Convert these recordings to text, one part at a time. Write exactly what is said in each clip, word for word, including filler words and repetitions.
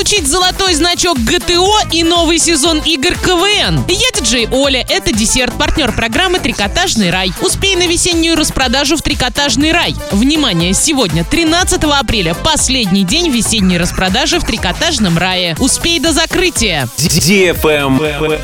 получить золотой значок гэ тэ о и новый сезон игр ка вэ эн. Я диджей Оля, это десерт, партнер программы «Трикотажный рай». Успей на весеннюю распродажу в «Трикотажный рай». Внимание, сегодня, тринадцатого апреля, последний день весенней распродажи в «Трикотажном рае». Успей до закрытия. ди эф эм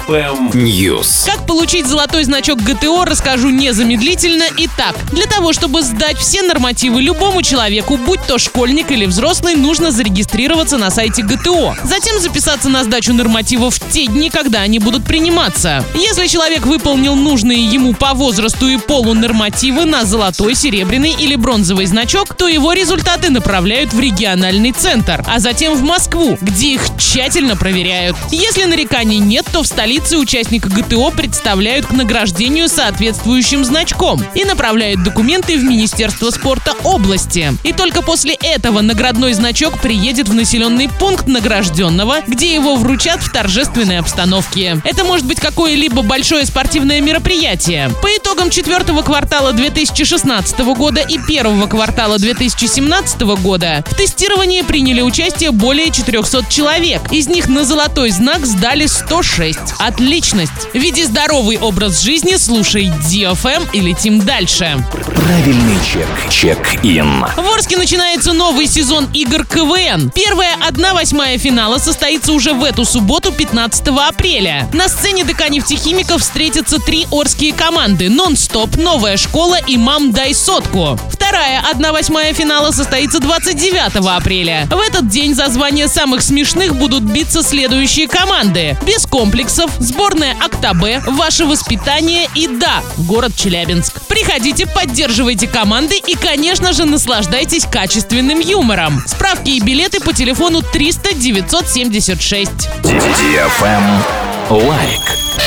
News. Как получить золотой значок гэ тэ о, расскажу незамедлительно. Итак, для того, чтобы сдать все нормативы любому человеку, будь то школьник или взрослый, нужно зарегистрироваться на сайте гэ тэ о. Затем записаться на сдачу нормативов в те дни, когда они будут приниматься. Если человек выполнил нужные ему по возрасту и полу нормативы на золотой, серебряный или бронзовый значок, то его результаты направляют в региональный центр, а затем в Москву, где их тщательно проверяют. Если нареканий нет, то в столице участника гэ тэ о представляют к награждению соответствующим значком и направляют документы в Министерство спорта области. И только после этого наградной значок приедет в населенный пункт награжденного, где его вручат в торжественной обстановке. Это может быть какое-либо большое спортивное мероприятие. По итогам четвертого квартала две тысячи шестнадцатого года и первого квартала две тысячи семнадцатого года в тестировании приняли участие более четырехсот человек. Из них на золотой знак сдали сто шесть. Отличность! Веди здоровый образ жизни, слушай ди эф эм и летим дальше. Правильный чек. Чек-ин. В Орске начинается новый сезон игр ка вэ эн. Первая одна восьмая финала состоится уже в эту субботу, пятнадцатого апреля. На сцене ДК нефтехимиков встретятся три орские команды: «Нон-стоп», «Новая школа» и «Мам, дай сотку». Вторая одна восьмая финала состоится двадцать девятого апреля. В этот день за звание самых смешных будут биться следующие команды: «Без комплексов», сборная «Актобе», «Ваше воспитание» и «Да», город Челябинск. Приходите, поддерживайте команды и, конечно же, наслаждайтесь качественным юмором. Справки и билеты по телефону триста девятьсот семьдесят шесть. ди эф эм Лайк.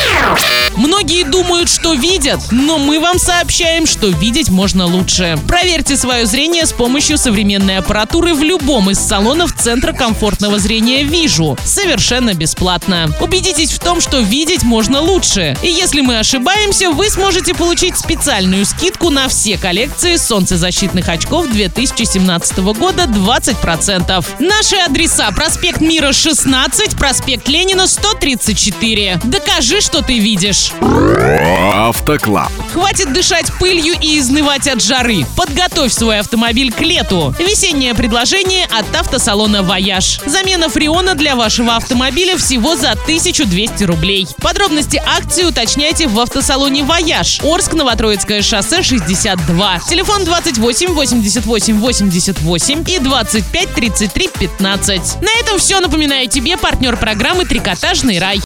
Многие думают, что видят, но мы вам сообщаем, что видеть можно лучше. Проверьте свое зрение с помощью современной аппаратуры в любом из салонов Центра комфортного зрения «Вижу». Совершенно бесплатно. Убедитесь в том, что видеть можно лучше. И если мы ошибаемся, вы сможете получить специальную скидку на все коллекции солнцезащитных очков две тысячи семнадцатого года двадцать процентов. Наши адреса: проспект Мира шестнадцать, проспект Ленина сто тридцать четыре. Докажи, что ты видишь. Автоклаб. Хватит дышать пылью и изнывать от жары. Подготовь свой автомобиль к лету. Весеннее предложение от автосалона «Вояж». Замена фреона для вашего автомобиля всего за тысячу двести рублей. Подробности акции уточняйте в автосалоне «Вояж». Орск, Новотроицкое шоссе, шестьдесят два. Телефон двадцать восемь восемьдесят восемь восемьдесят восемь и двадцать пять тридцать три пятнадцать. На этом все. Напоминаю тебе партнер программы «Трикотажный рай».